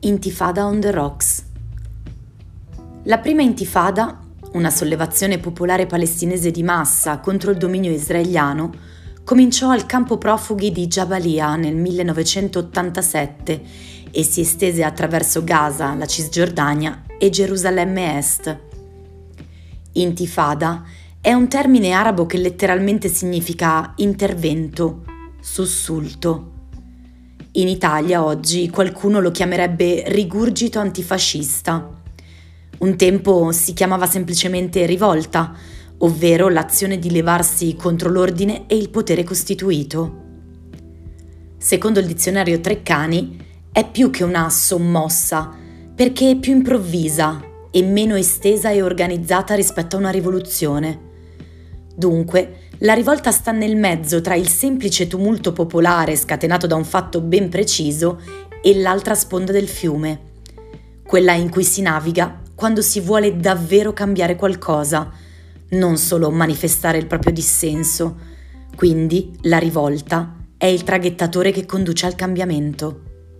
Intifada on the Rocks. La prima intifada, una sollevazione popolare palestinese di massa contro il dominio israeliano, cominciò al campo profughi di Jabalia nel 1987 e si estese attraverso Gaza, la Cisgiordania e Gerusalemme Est. Intifada è un termine arabo che letteralmente significa intervento, sussulto. In Italia oggi qualcuno lo chiamerebbe rigurgito antifascista. Un tempo si chiamava semplicemente rivolta, ovvero l'azione di levarsi contro l'ordine e il potere costituito. Secondo il dizionario Treccani, è più che una sommossa, perché è più improvvisa e meno estesa e organizzata rispetto a una rivoluzione. Dunque, la rivolta sta nel mezzo tra il semplice tumulto popolare scatenato da un fatto ben preciso e l'altra sponda del fiume, quella in cui si naviga quando si vuole davvero cambiare qualcosa, non solo manifestare il proprio dissenso. Quindi la rivolta è il traghettatore che conduce al cambiamento.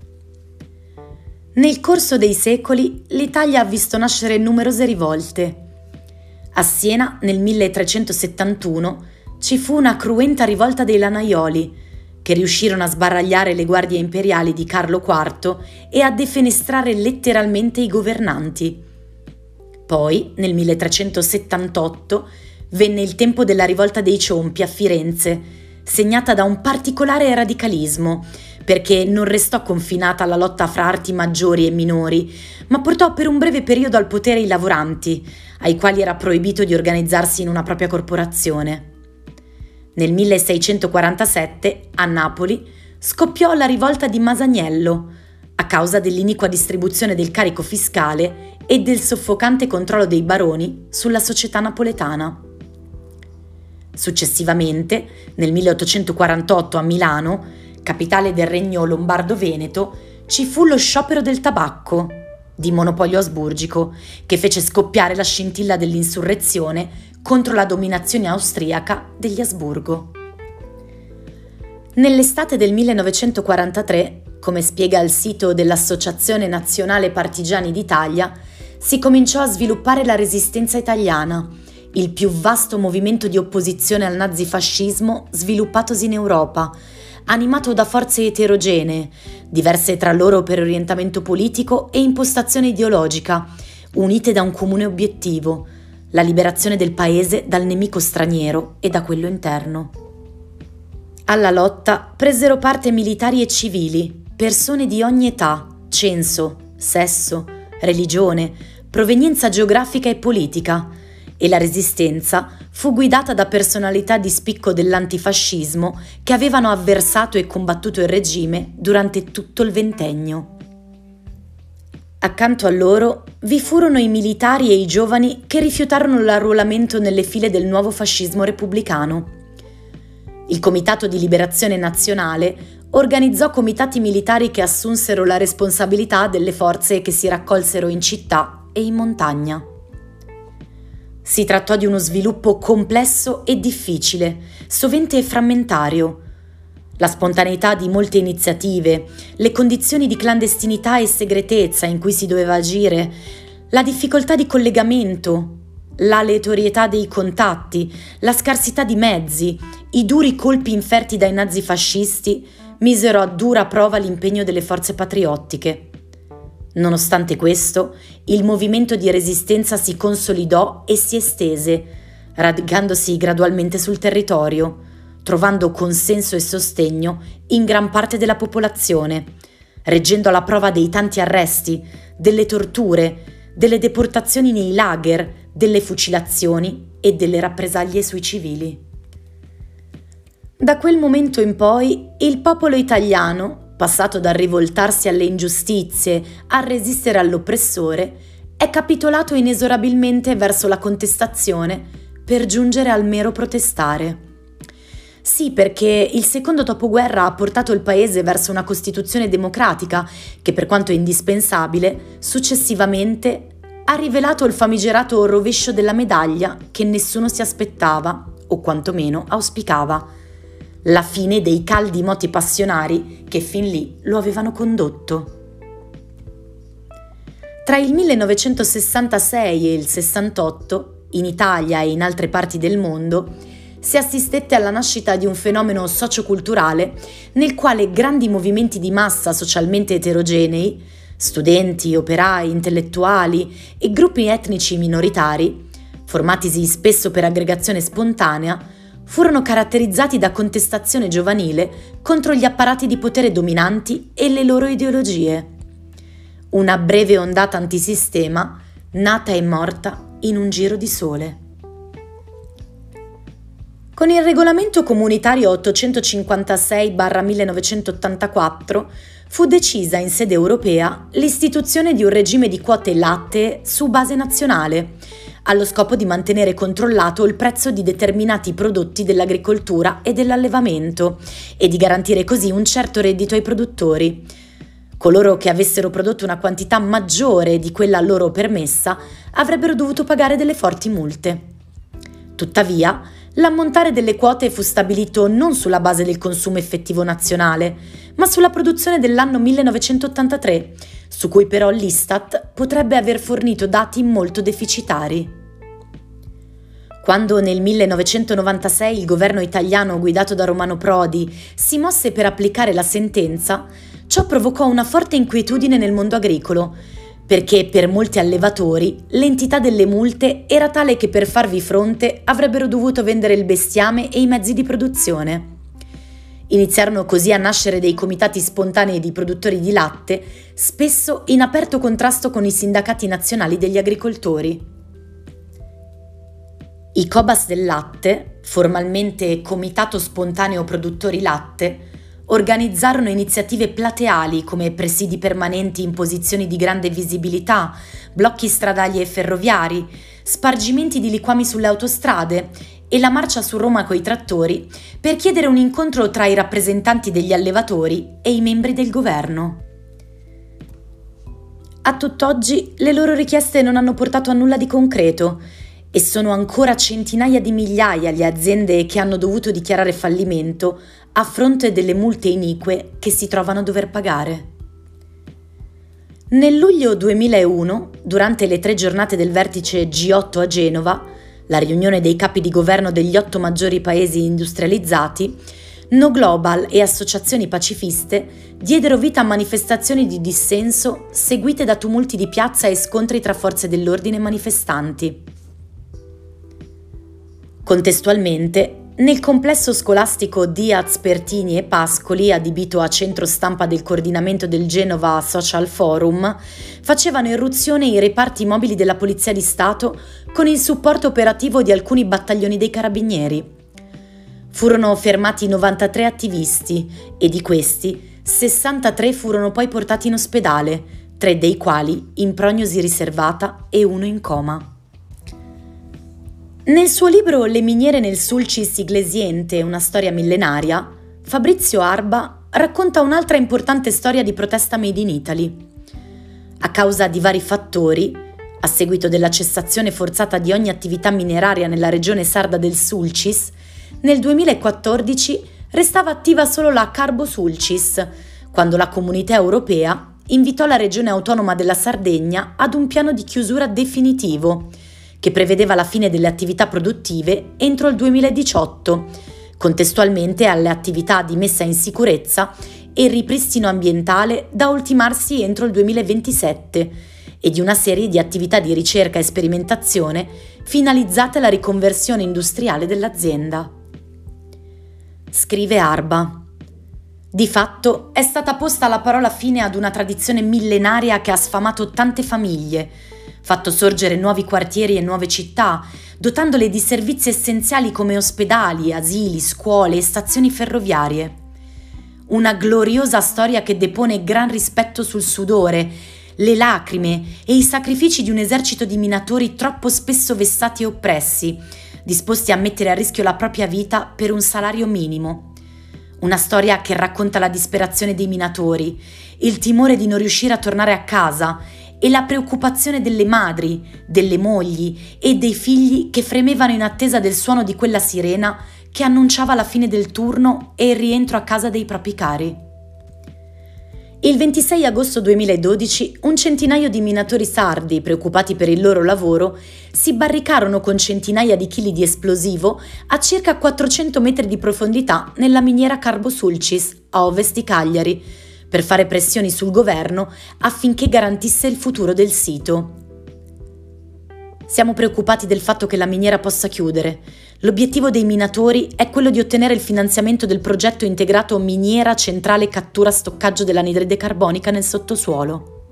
Nel corso dei secoli l'Italia ha visto nascere numerose rivolte. A Siena nel 1371 ci fu una cruenta rivolta dei Lanaioli, che riuscirono a sbaragliare le guardie imperiali di Carlo IV e a defenestrare letteralmente i governanti. Poi, nel 1378, venne il tempo della rivolta dei Ciompi a Firenze, segnata da un particolare radicalismo, perché non restò confinata alla lotta fra arti maggiori e minori, ma portò per un breve periodo al potere i lavoranti, ai quali era proibito di organizzarsi in una propria corporazione. Nel 1647, a Napoli, scoppiò la rivolta di Masaniello, a causa dell'iniqua distribuzione del carico fiscale e del soffocante controllo dei baroni sulla società napoletana. Successivamente, nel 1848 a Milano, capitale del regno lombardo-veneto, ci fu lo sciopero del tabacco, di monopolio asburgico, che fece scoppiare la scintilla dell'insurrezione contro la dominazione austriaca degli Asburgo. Nell'estate del 1943, come spiega il sito dell'Associazione Nazionale Partigiani d'Italia, si cominciò a sviluppare la Resistenza italiana, il più vasto movimento di opposizione al nazifascismo sviluppatosi in Europa, animato da forze eterogenee, diverse tra loro per orientamento politico e impostazione ideologica, unite da un comune obiettivo: la liberazione del paese dal nemico straniero e da quello interno. Alla lotta presero parte militari e civili, persone di ogni età, censo, sesso, religione, provenienza geografica e politica, e la resistenza fu guidata da personalità di spicco dell'antifascismo che avevano avversato e combattuto il regime durante tutto il ventennio. Accanto a loro vi furono i militari e i giovani che rifiutarono l'arruolamento nelle file del nuovo fascismo repubblicano. Il Comitato di Liberazione Nazionale organizzò comitati militari che assunsero la responsabilità delle forze che si raccolsero in città e in montagna. Si trattò di uno sviluppo complesso e difficile, sovente frammentario. La spontaneità di molte iniziative, le condizioni di clandestinità e segretezza in cui si doveva agire, la difficoltà di collegamento, l'aleatorietà dei contatti, la scarsità di mezzi, i duri colpi inferti dai nazifascisti misero a dura prova l'impegno delle forze patriottiche. Nonostante questo, il movimento di resistenza si consolidò e si estese, radicandosi gradualmente sul territorio, trovando consenso e sostegno in gran parte della popolazione, reggendo alla prova dei tanti arresti, delle torture, delle deportazioni nei lager, delle fucilazioni e delle rappresaglie sui civili. Da quel momento in poi, il popolo italiano, passato dal rivoltarsi alle ingiustizie a resistere all'oppressore, è capitolato inesorabilmente verso la contestazione per giungere al mero protestare. Sì, perché il secondo dopoguerra ha portato il paese verso una Costituzione democratica che, per quanto indispensabile, successivamente ha rivelato il famigerato rovescio della medaglia che nessuno si aspettava, o quantomeno auspicava: la fine dei caldi moti passionari che fin lì lo avevano condotto. Tra il 1966 e il 68, in Italia e in altre parti del mondo, si assistette alla nascita di un fenomeno socioculturale nel quale grandi movimenti di massa socialmente eterogenei, studenti, operai, intellettuali e gruppi etnici minoritari, formatisi spesso per aggregazione spontanea, furono caratterizzati da contestazione giovanile contro gli apparati di potere dominanti e le loro ideologie. Una breve ondata antisistema, nata e morta in un giro di sole. Con il regolamento comunitario 856/1984 fu decisa in sede europea l'istituzione di un regime di quote lattee su base nazionale, allo scopo di mantenere controllato il prezzo di determinati prodotti dell'agricoltura e dell'allevamento e di garantire così un certo reddito ai produttori. Coloro che avessero prodotto una quantità maggiore di quella loro permessa avrebbero dovuto pagare delle forti multe. Tuttavia, l'ammontare delle quote fu stabilito non sulla base del consumo effettivo nazionale, ma sulla produzione dell'anno 1983, su cui però l'Istat potrebbe aver fornito dati molto deficitari. Quando nel 1996 il governo italiano guidato da Romano Prodi si mosse per applicare la sentenza, ciò provocò una forte inquietudine nel mondo agricolo, perché per molti allevatori l'entità delle multe era tale che per farvi fronte avrebbero dovuto vendere il bestiame e i mezzi di produzione. Iniziarono così a nascere dei comitati spontanei di produttori di latte, spesso in aperto contrasto con i sindacati nazionali degli agricoltori. I Cobas del latte, formalmente Comitato Spontaneo Produttori Latte, organizzarono iniziative plateali come presidi permanenti in posizioni di grande visibilità, blocchi stradali e ferroviari, spargimenti di liquami sulle autostrade e la marcia su Roma coi trattori per chiedere un incontro tra i rappresentanti degli allevatori e i membri del governo. A tutt'oggi le loro richieste non hanno portato a nulla di concreto e sono ancora centinaia di migliaia le aziende che hanno dovuto dichiarare fallimento a fronte delle multe inique che si trovano a dover pagare. Nel luglio 2001, durante le 3 giornate del vertice G8 a Genova, la riunione dei capi di governo degli 8 maggiori paesi industrializzati, No Global e associazioni pacifiste diedero vita a manifestazioni di dissenso seguite da tumulti di piazza e scontri tra forze dell'ordine e manifestanti. Contestualmente, nel complesso scolastico Diaz, Pertini e Pascoli, adibito a centro stampa del coordinamento del Genova Social Forum, facevano irruzione i reparti mobili della Polizia di Stato con il supporto operativo di alcuni battaglioni dei Carabinieri. Furono fermati 93 attivisti e di questi 63 furono poi portati in ospedale, 3 dei quali in prognosi riservata e 1 in coma. Nel suo libro Le miniere nel Sulcis Iglesiente, una storia millenaria, Fabrizio Arba racconta un'altra importante storia di protesta made in Italy. A causa di vari fattori, a seguito della cessazione forzata di ogni attività mineraria nella regione sarda del Sulcis, nel 2014 restava attiva solo la Carbo Sulcis, quando la Comunità Europea invitò la regione autonoma della Sardegna ad un piano di chiusura definitivo, che prevedeva la fine delle attività produttive entro il 2018, contestualmente alle attività di messa in sicurezza e ripristino ambientale da ultimarsi entro il 2027 e di una serie di attività di ricerca e sperimentazione finalizzate alla riconversione industriale dell'azienda. Scrive Arba: di fatto è stata posta la parola fine ad una tradizione millenaria che ha sfamato tante famiglie, fatto sorgere nuovi quartieri e nuove città, dotandole di servizi essenziali come ospedali, asili, scuole e stazioni ferroviarie. Una gloriosa storia che depone gran rispetto sul sudore, le lacrime e i sacrifici di un esercito di minatori troppo spesso vessati e oppressi, disposti a mettere a rischio la propria vita per un salario minimo. Una storia che racconta la disperazione dei minatori, il timore di non riuscire a tornare a casa e la preoccupazione delle madri, delle mogli e dei figli che fremevano in attesa del suono di quella sirena che annunciava la fine del turno e il rientro a casa dei propri cari. Il 26 agosto 2012 un centinaio di minatori sardi, preoccupati per il loro lavoro, si barricarono con centinaia di chili di esplosivo a circa 400 metri di profondità nella miniera Carbosulcis, a ovest di Cagliari, per fare pressioni sul governo affinché garantisse il futuro del sito. Siamo preoccupati del fatto che la miniera possa chiudere. L'obiettivo dei minatori è quello di ottenere il finanziamento del progetto integrato Miniera Centrale Cattura Stoccaggio dell'anidride carbonica nel sottosuolo.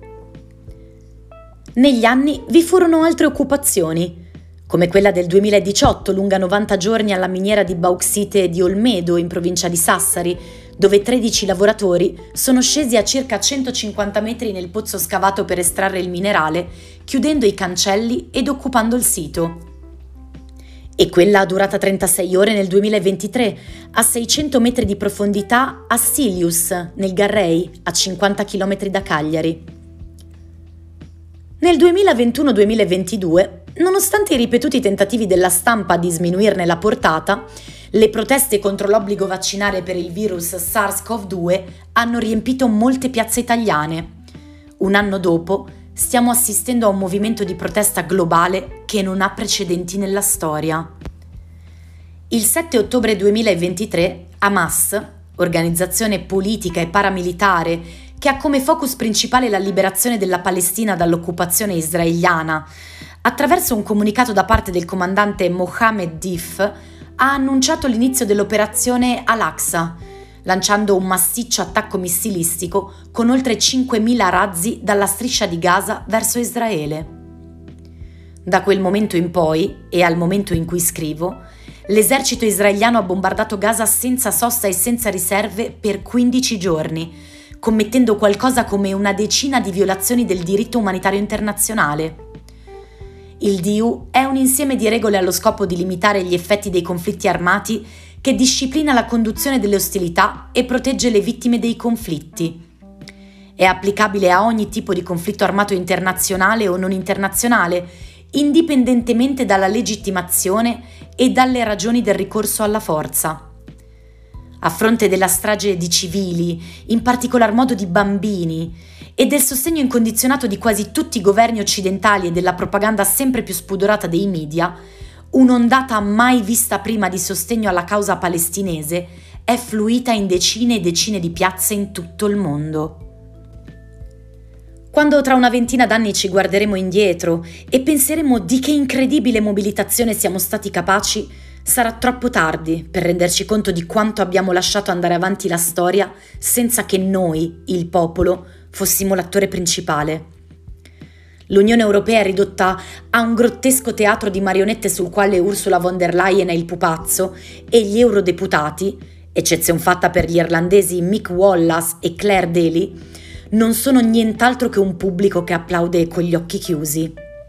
Negli anni vi furono altre occupazioni, come quella del 2018 lunga 90 giorni alla miniera di bauxite di Olmedo in provincia di Sassari, dove 13 lavoratori sono scesi a circa 150 metri nel pozzo scavato per estrarre il minerale, chiudendo i cancelli ed occupando il sito. E quella durata 36 ore nel 2023, a 600 metri di profondità a Silius, nel Garrey, a 50 km da Cagliari. Nel 2021-2022, nonostante i ripetuti tentativi della stampa di sminuirne la portata, le proteste contro l'obbligo vaccinale per il virus SARS-CoV-2 hanno riempito molte piazze italiane. Un anno dopo, stiamo assistendo a un movimento di protesta globale che non ha precedenti nella storia. Il 7 ottobre 2023, Hamas, organizzazione politica e paramilitare che ha come focus principale la liberazione della Palestina dall'occupazione israeliana, attraverso un comunicato da parte del comandante Mohammed Deif, ha annunciato l'inizio dell'operazione Al-Aqsa, lanciando un massiccio attacco missilistico con oltre 5.000 razzi dalla striscia di Gaza verso Israele. Da quel momento in poi, e al momento in cui scrivo, l'esercito israeliano ha bombardato Gaza senza sosta e senza riserve per 15 giorni, commettendo qualcosa come una decina di violazioni del diritto umanitario internazionale. Il DIU è un insieme di regole allo scopo di limitare gli effetti dei conflitti armati che disciplina la conduzione delle ostilità e protegge le vittime dei conflitti. È applicabile a ogni tipo di conflitto armato internazionale o non internazionale, indipendentemente dalla legittimazione e dalle ragioni del ricorso alla forza. A fronte della strage di civili, in particolar modo di bambini, e del sostegno incondizionato di quasi tutti i governi occidentali e della propaganda sempre più spudorata dei media, un'ondata mai vista prima di sostegno alla causa palestinese è fluita in decine e decine di piazze in tutto il mondo. Quando tra una ventina d'anni ci guarderemo indietro e penseremo di che incredibile mobilitazione siamo stati capaci, sarà troppo tardi per renderci conto di quanto abbiamo lasciato andare avanti la storia senza che noi, il popolo, fossimo l'attore principale. L'Unione Europea è ridotta a un grottesco teatro di marionette sul quale Ursula von der Leyen è il pupazzo e gli eurodeputati, eccezion fatta per gli irlandesi Mick Wallace e Claire Daly, non sono nient'altro che un pubblico che applaude con gli occhi chiusi.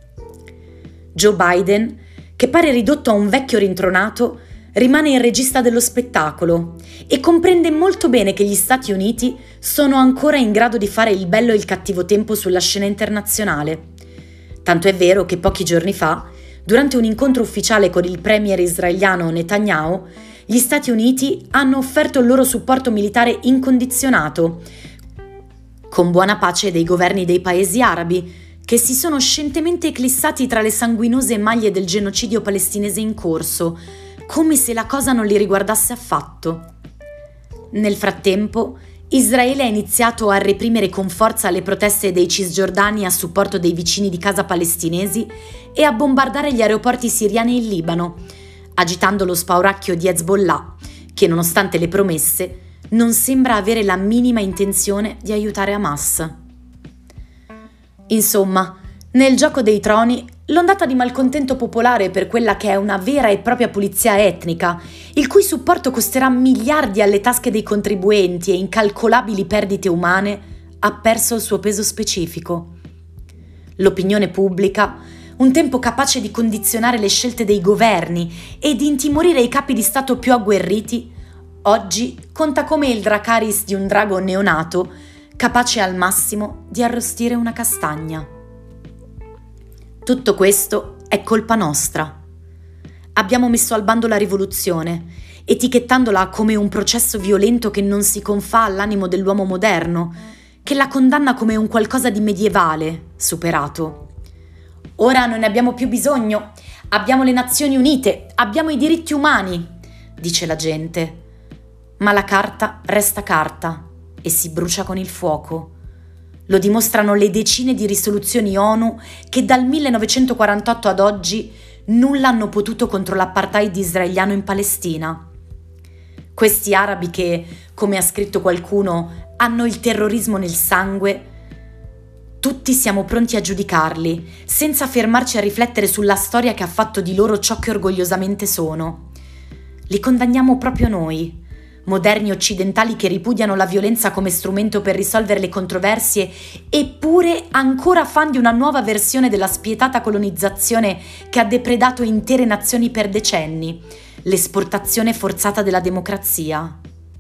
Joe Biden, che pare ridotto a un vecchio rintronato, rimane il regista dello spettacolo e comprende molto bene che gli Stati Uniti sono ancora in grado di fare il bello e il cattivo tempo sulla scena internazionale. Tanto è vero che pochi giorni fa, durante un incontro ufficiale con il premier israeliano Netanyahu, gli Stati Uniti hanno offerto il loro supporto militare incondizionato, con buona pace dei governi dei paesi arabi, che si sono scientemente eclissati tra le sanguinose maglie del genocidio palestinese in corso, come se la cosa non li riguardasse affatto. Nel frattempo, Israele ha iniziato a reprimere con forza le proteste dei cisgiordani a supporto dei vicini di casa palestinesi e a bombardare gli aeroporti siriani e il Libano, agitando lo spauracchio di Hezbollah, che nonostante le promesse non sembra avere la minima intenzione di aiutare Hamas. Insomma, nel gioco dei troni, l'ondata di malcontento popolare per quella che è una vera e propria pulizia etnica, il cui supporto costerà miliardi alle tasche dei contribuenti e incalcolabili perdite umane, ha perso il suo peso specifico. L'opinione pubblica, un tempo capace di condizionare le scelte dei governi e di intimorire i capi di Stato più agguerriti, oggi conta come il Dracarys di un drago neonato, capace al massimo di arrostire una castagna. Tutto questo è colpa nostra. Abbiamo messo al bando la rivoluzione, etichettandola come un processo violento che non si confà all'animo dell'uomo moderno, che la condanna come un qualcosa di medievale, superato. Ora non ne abbiamo più bisogno, abbiamo le Nazioni Unite, abbiamo i diritti umani, dice la gente. Ma la carta resta carta e si brucia con il fuoco. Lo dimostrano le decine di risoluzioni ONU che dal 1948 ad oggi nulla hanno potuto contro l'apartheid israeliano in Palestina. Questi arabi che, come ha scritto qualcuno, hanno il terrorismo nel sangue, tutti siamo pronti a giudicarli, senza fermarci a riflettere sulla storia che ha fatto di loro ciò che orgogliosamente sono. Li condanniamo proprio noi, moderni occidentali che ripudiano la violenza come strumento per risolvere le controversie, eppure ancora fan di una nuova versione della spietata colonizzazione che ha depredato intere nazioni per decenni, l'esportazione forzata della democrazia.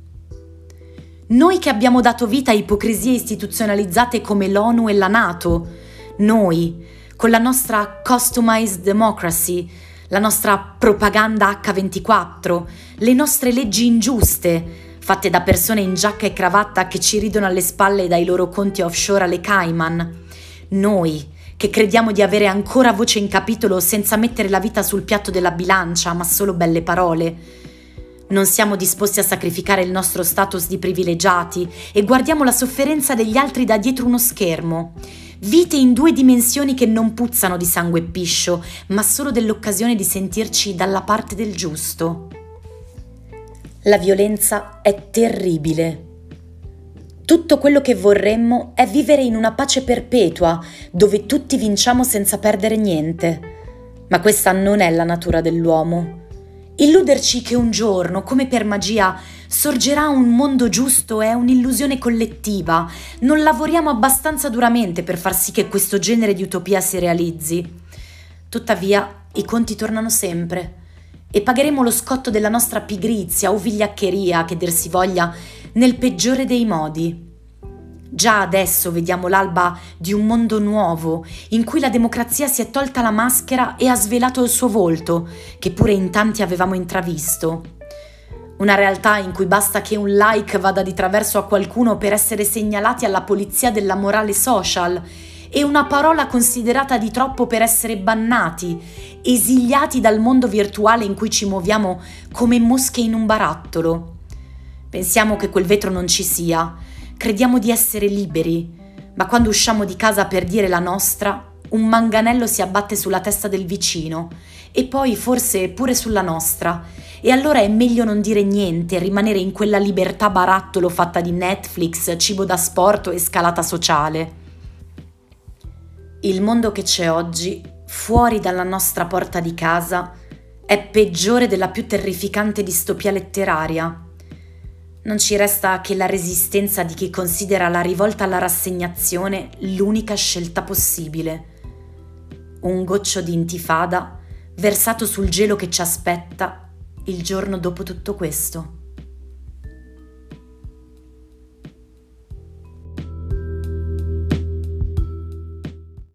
Noi che abbiamo dato vita a ipocrisie istituzionalizzate come l'ONU e la NATO, noi, con la nostra customized democracy, la nostra propaganda H24, le nostre leggi ingiuste, fatte da persone in giacca e cravatta che ci ridono alle spalle dai loro conti offshore alle Cayman. Noi, che crediamo di avere ancora voce in capitolo senza mettere la vita sul piatto della bilancia, ma solo belle parole. Non siamo disposti a sacrificare il nostro status di privilegiati e guardiamo la sofferenza degli altri da dietro uno schermo. Vite in 2 dimensioni che non puzzano di sangue piscio, ma solo dell'occasione di sentirci dalla parte del giusto. La violenza è terribile. Tutto quello che vorremmo è vivere in una pace perpetua, dove tutti vinciamo senza perdere niente. Ma questa non è la natura dell'uomo. Illuderci che un giorno, come per magia, sorgerà un mondo giusto è un'illusione collettiva. Non lavoriamo abbastanza duramente per far sì che questo genere di utopia si realizzi. Tuttavia, i conti tornano sempre e pagheremo lo scotto della nostra pigrizia o vigliaccheria, che dir si voglia, nel peggiore dei modi. Già adesso vediamo l'alba di un mondo nuovo, in cui la democrazia si è tolta la maschera e ha svelato il suo volto, che pure in tanti avevamo intravisto. Una realtà in cui basta che un like vada di traverso a qualcuno per essere segnalati alla polizia della morale social e una parola considerata di troppo per essere bannati, esiliati dal mondo virtuale in cui ci muoviamo come mosche in un barattolo. Pensiamo che quel vetro non ci sia, crediamo di essere liberi, ma quando usciamo di casa per dire la nostra, un manganello si abbatte sulla testa del vicino e poi forse pure sulla nostra, e allora è meglio non dire niente e rimanere in quella libertà barattolo fatta di Netflix, cibo da sport e scalata sociale. Il mondo che c'è oggi, fuori dalla nostra porta di casa, è peggiore della più terrificante distopia letteraria. Non ci resta che la resistenza di chi considera la rivolta alla rassegnazione l'unica scelta possibile. Un goccio di intifada versato sul gelo che ci aspetta il giorno dopo tutto questo.